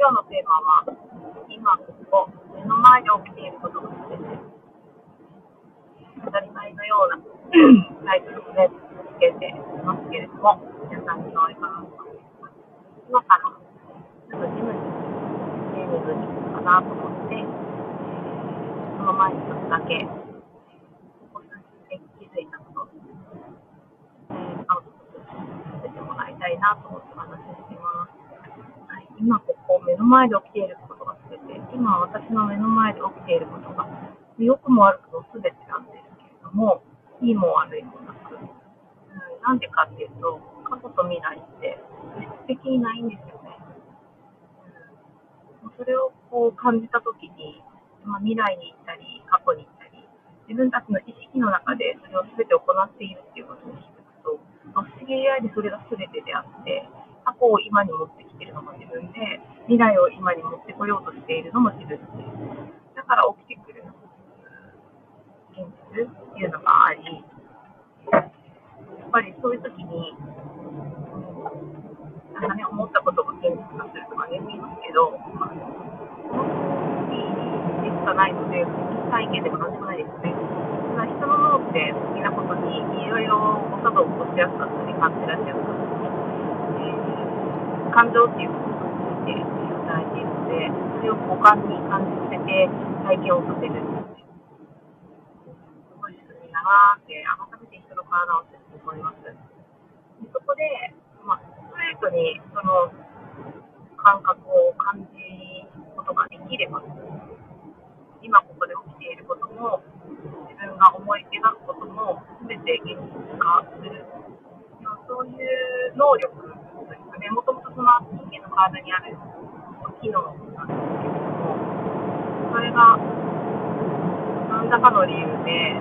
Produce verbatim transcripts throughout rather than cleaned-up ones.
今日のテーマは、今ここ、目の前で起きていることが全て当たり前のようなタイトルをね、つけていますけれども、皆さんにはいかがでしょうか。今から、ちょっとジムにトレーニングに行こうかなと思って、その前にちょっとだけ、お話しで気づいたこと、えー、アウトプットさせてもらいたいなと思ってお話ししています。はい、今ここ目の前で起きていることが全て、今私の目の前で起きていることが、良くも悪くも全てなんですけれども、いいも悪いもなく、うん、なんでかっていうと、過去と未来って物質的にないんですよね。うん、それをこう感じたときに、まあ、未来に行ったり、過去に行ったり、自分たちの意識の中でそれを全て行っているっていうことに気づくと、まあ、不思議でありそれが全てであって、過去を今に持ってきているのも自分で、未来を今に持ってこようとしているのも自分で、だから起きてくる現実っていうのがあり、やっぱりそういう時に、なんかね、思ったことが現実化するとかね、言いますけど、まあ、その時でしかないので、体験でもなんでもないですよね。ただ人の脳って好きなことにいろいろ誤作動を起こしやすかったり、感じられやすかったり、えー、感情っていうものがついて働いているので、それを五感に感じさせて体験をさせる。すごい仕組みだなーって改めて人の体を知って思います。でそこで、まあ、ストレートにその感覚を感じることができれば、今ここで起きていることも、自分が思い描くことも全て現実化する。そういう能力ですね。もともとその人間の体にある機能なんですけれども、それが何らかの理由で、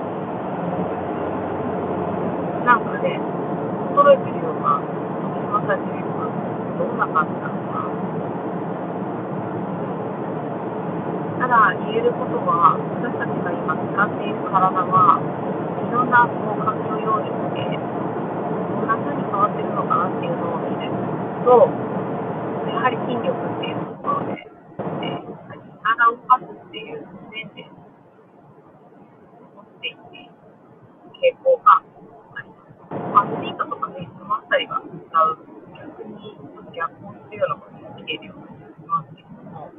なんかね、衰えてるような、研ぎ澄まされてるような、どんな感じなのか。ただ言えることは、私たちが今使っている体はいろんなこう環境要因でどんな風に変わってるのかなっていうのを見ると、やはり筋力っていうところで、えー、体を動かすっていう前提を持っていて傾向があります。アスリートとかね、そのあたりが使う逆に逆行っていうようなことが起きているような気がしますけれども、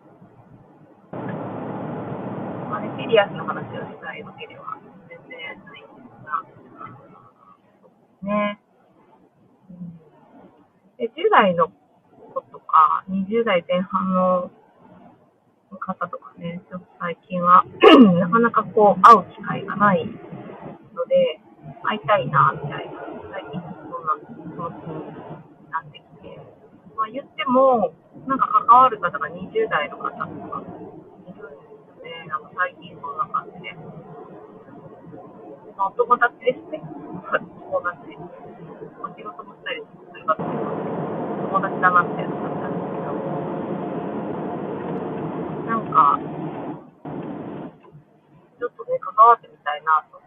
まあね、シリアスな話をしたいわけでは全然ないんですが、ね、うん、でじゅう代の子とかにじゅう代前半の方とかね、ちょっと最近はなかなかこう会う機会がないので、会いたいなみたいな、最近そんな気持ちになってきて、まあ、言っても、なんか関わる方がにじゅう代の方とかいるんですよね。なんか最近そんな感じで。まあ、お友達ですね。友達。お仕事もしたりする方もいますけど、友達だなって感じなんですけど、なんか、ちょっとね、関わってみたいなと。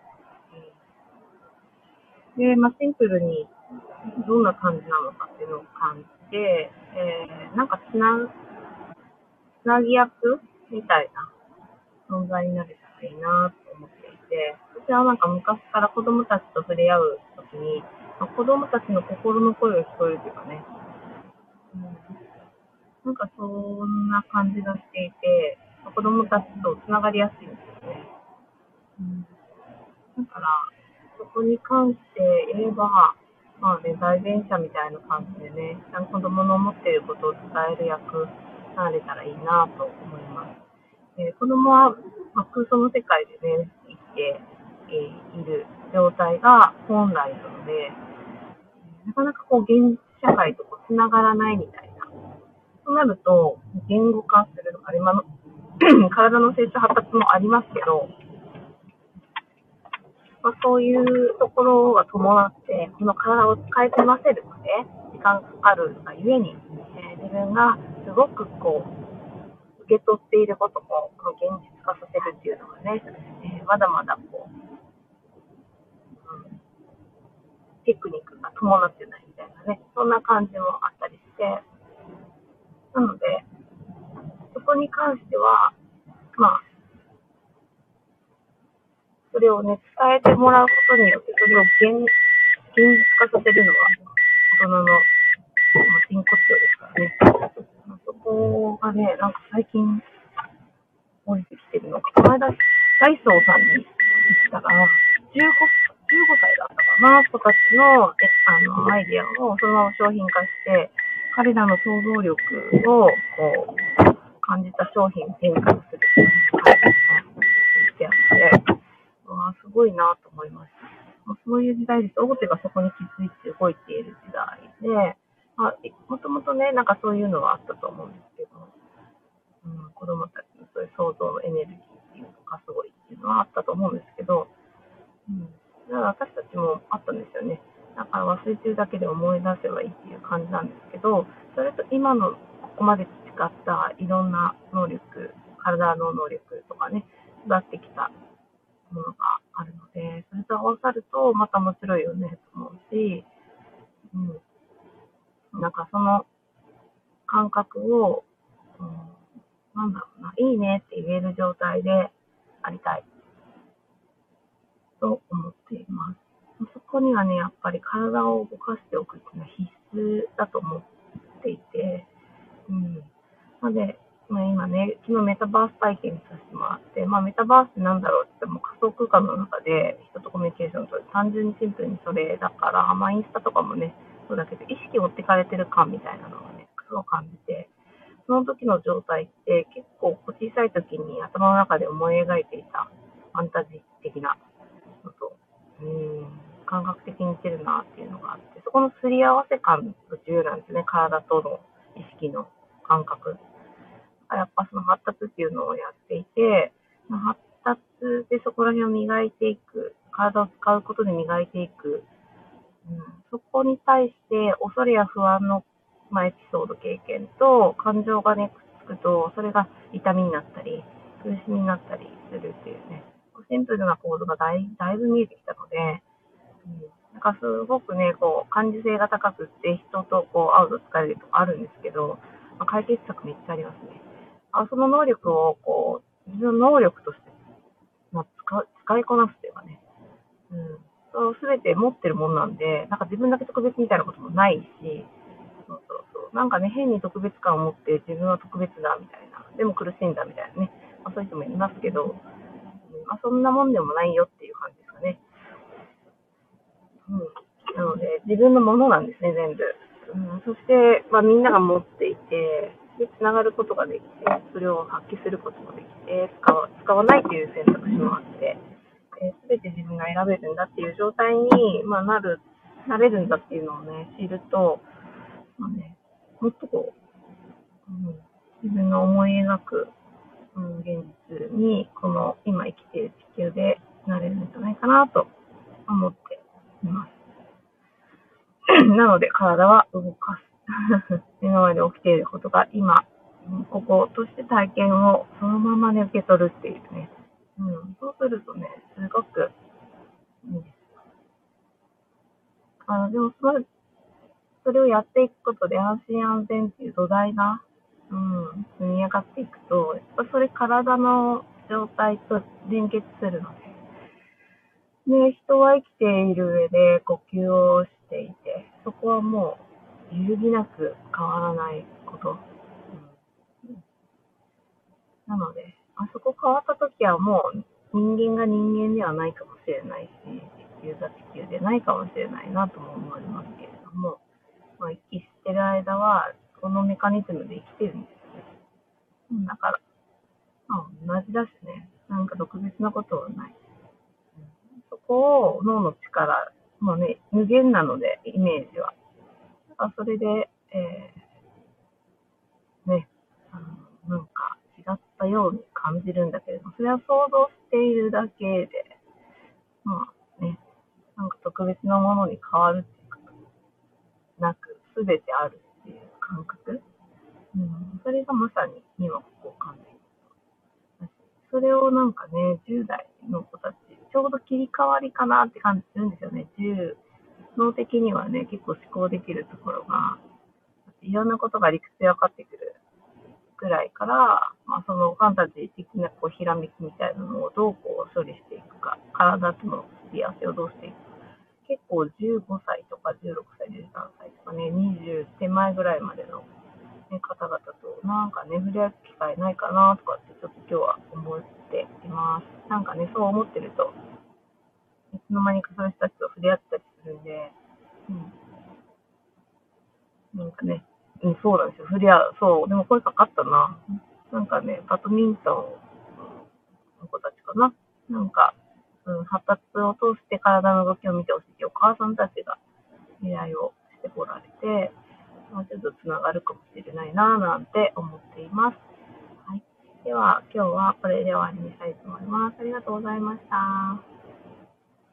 で、まあ、シンプルにどんな感じなのかっていうのを感じて、えー、なんかつな、つなぎ役みたいな存在になれたらいいなと思っていて、私はなんか昔から子供たちと触れ合うときに、まあ、子供たちの心の声を聞こえるというかね、うん、なんかそんな感じがしていて、まあ、子供たちとつながりやすいんですよね。うん、だから、そこに関して言えば、まあね、代弁者みたいな感じでね、ちゃんと子供の思っていることを伝える役になれたらいいなと思います。えー、子供は、まあ、空想の世界でね、生きて、えー、いる状態が本来なので、なかなかこう現社会とこうつながらないみたいな。そうなると、言語化するとか、今の体の成長発達もありますけど、まあ、そういうところが伴って、この体を使いこなせるまで時間がかかるがゆえに、えー、自分がすごくこう、受け取っていることもこの現実化させるっていうのがね、えー、まだまだこう、うん、テクニックが伴ってないみたいなね、そんな感じもあったりして、なので、 こに関しては、まあ、それをね、伝えてもらうことによって、それを現現実化させるのは、大人の、まあ、真骨頂ですからね。まあ、そこがね、なんか最近降りてきてるのか。この間、ダイソーさんに行ったら、じゅうご、じゅうごさいだったかな、人たちの、え、あの、アイディアをそのまま商品化して、彼らの想像力を、こう、感じた商品を展開するっていう感じであって、わあ、すごいなと思いました。そういう時代です。大手がそこに気づいて動いている時代で、まあ、もともとね、なんかそういうのはあったと思うんですけど、うん、子供たちのそういう想像のエネルギーっていうのがすごいっていうのはあったと思うんですけど、うん、だから私たちもあったんですよね。だから忘れてるだけで思い出せばいいっていう感じなんですけど、それと今のここまで培ったいろんな能力、体の能力とかね、育ってきたものがあるので、それと合わさるとまた面白いよねと思うし、うん、なんかその感覚を、うん、なんだろうな、いいねって言える状態でありたいと思っています。そこにはね、やっぱり体を動かしておくっていうのは必須だと思っていて、うん。なので、まあ、今ね、昨日メタバース体験させてもらって、まあメタバースってなんだろうって言っても仮想空間の中で人とコミュニケーションを取る。単純にシンプルにそれだから、まあインスタとかもね、そうだけど、意識持ってかれてる感みたいなのがね、すごく感じて、その時の状態って結構小さい時に頭の中で思い描いていたファンタジー的なのと、うん、感覚的に似てるなっていうのがあって、そこのすり合わせ感が重要なんですね、体との意識の感覚。やっぱその発達っていうのをやっていて、発達でそこら辺を磨いていく、体を使うことで磨いていく、うん、そこに対して恐れや不安の、まあ、エピソード経験と感情がね、くっつくと、それが痛みになったり、苦しみになったりするっていうね、シンプルな構造がだいだいぶ見えてきたので、うん、なんかすごくね、こう、感受性が高くって、人とこう、会うと疲れるとかあるんですけど、まあ、解決策めっちゃありますね。あ、その能力を、こう、自分の能力として、まあ、使う使いこなすというかね、うん。そう、すべて持ってるもんなんで、なんか自分だけ特別みたいなこともないし、そうそうそう。なんかね、変に特別感を持って自分は特別だみたいな、でも苦しいんだみたいなね、まあ、そういう人もいますけど、うん、まあ、そんなもんでもないよっていう感じですかね。うん。なので、自分のものなんですね、全部。うん、そして、まあ、みんなが持っていて、で、つながることができて、それを発揮することもできて、使わ使わないという選択肢もあって、すべて自分が選べるんだっていう状態に、まあ、なる、なれるんだっていうのをね、知ると、まあね、もっとこう、うん、自分の思い描く、うん、現実に、この今生きている地球でなれるんじゃないかなと思っています。なので、体は動かす。目の前で起きていることが今、こことして体験をそのままね、受け取るっていうね。うん、そうするとね、すごくいいです。あの、でもそれ、それをやっていくことで安心安全っていう土台が、うん、積み上がっていくと、やっぱそれ体の状態と連結するので、で、人は生きている上で呼吸をしていて、そこはもう揺るぎなく変わらないこと。うん、なので、あそこ変わった時はもう人間が人間ではないかもしれないし、地球が地球でないかもしれないなとも思いますけれども、まあ、息してる間は、このメカニズムで生きてるんですよ。うん、だから、まあ、同じだしね。なんか特別なことはない。うん、そこを脳の力、もうね、無限なので、イメージは。だからそれで、えー、ね、あの、なんか違ったように感じるんだけれども、それは想像しているだけで、まあね、なんか特別なものに変わるっていうかなく、すべてあるっていう感覚。うん、それがまさに今ここを感じる。それをなんかね、じゅう代の子たち、ちょうど切り替わりかなって感じするんですよね。じゅう脳的にはね、結構思考できるところが、いろんなことが理屈で分かってくる。 ぐらいから、まあ、そのファンタジー的なこうひらめきみたいなのをどうこう処理していくか、体との付き合わせをどうしていくか。結構じゅうごさいとかじゅうろくさい、じゅうさんさいとかね、にじゅう手前ぐらいまでの、ね、方々となんかね、触れ合う機会ないかなとかってちょっと今日は思っています。なんかね、そう思ってると、いつの間にかそういう人たちと触れ合ったりするんで、うん、なんかね、うん、そうなんですよ。触れ合う。そう、でも声かかったな。なんかね、バドミントンの子たちかな。なんか、うん、発達を通して体の動きを見てほしいお母さんたちが依頼をしてこられて、もうちょっとつながるかもしれないなぁなんて思っています。はい。では、今日はこれで終わりにしたいと思います。ありがとうございました。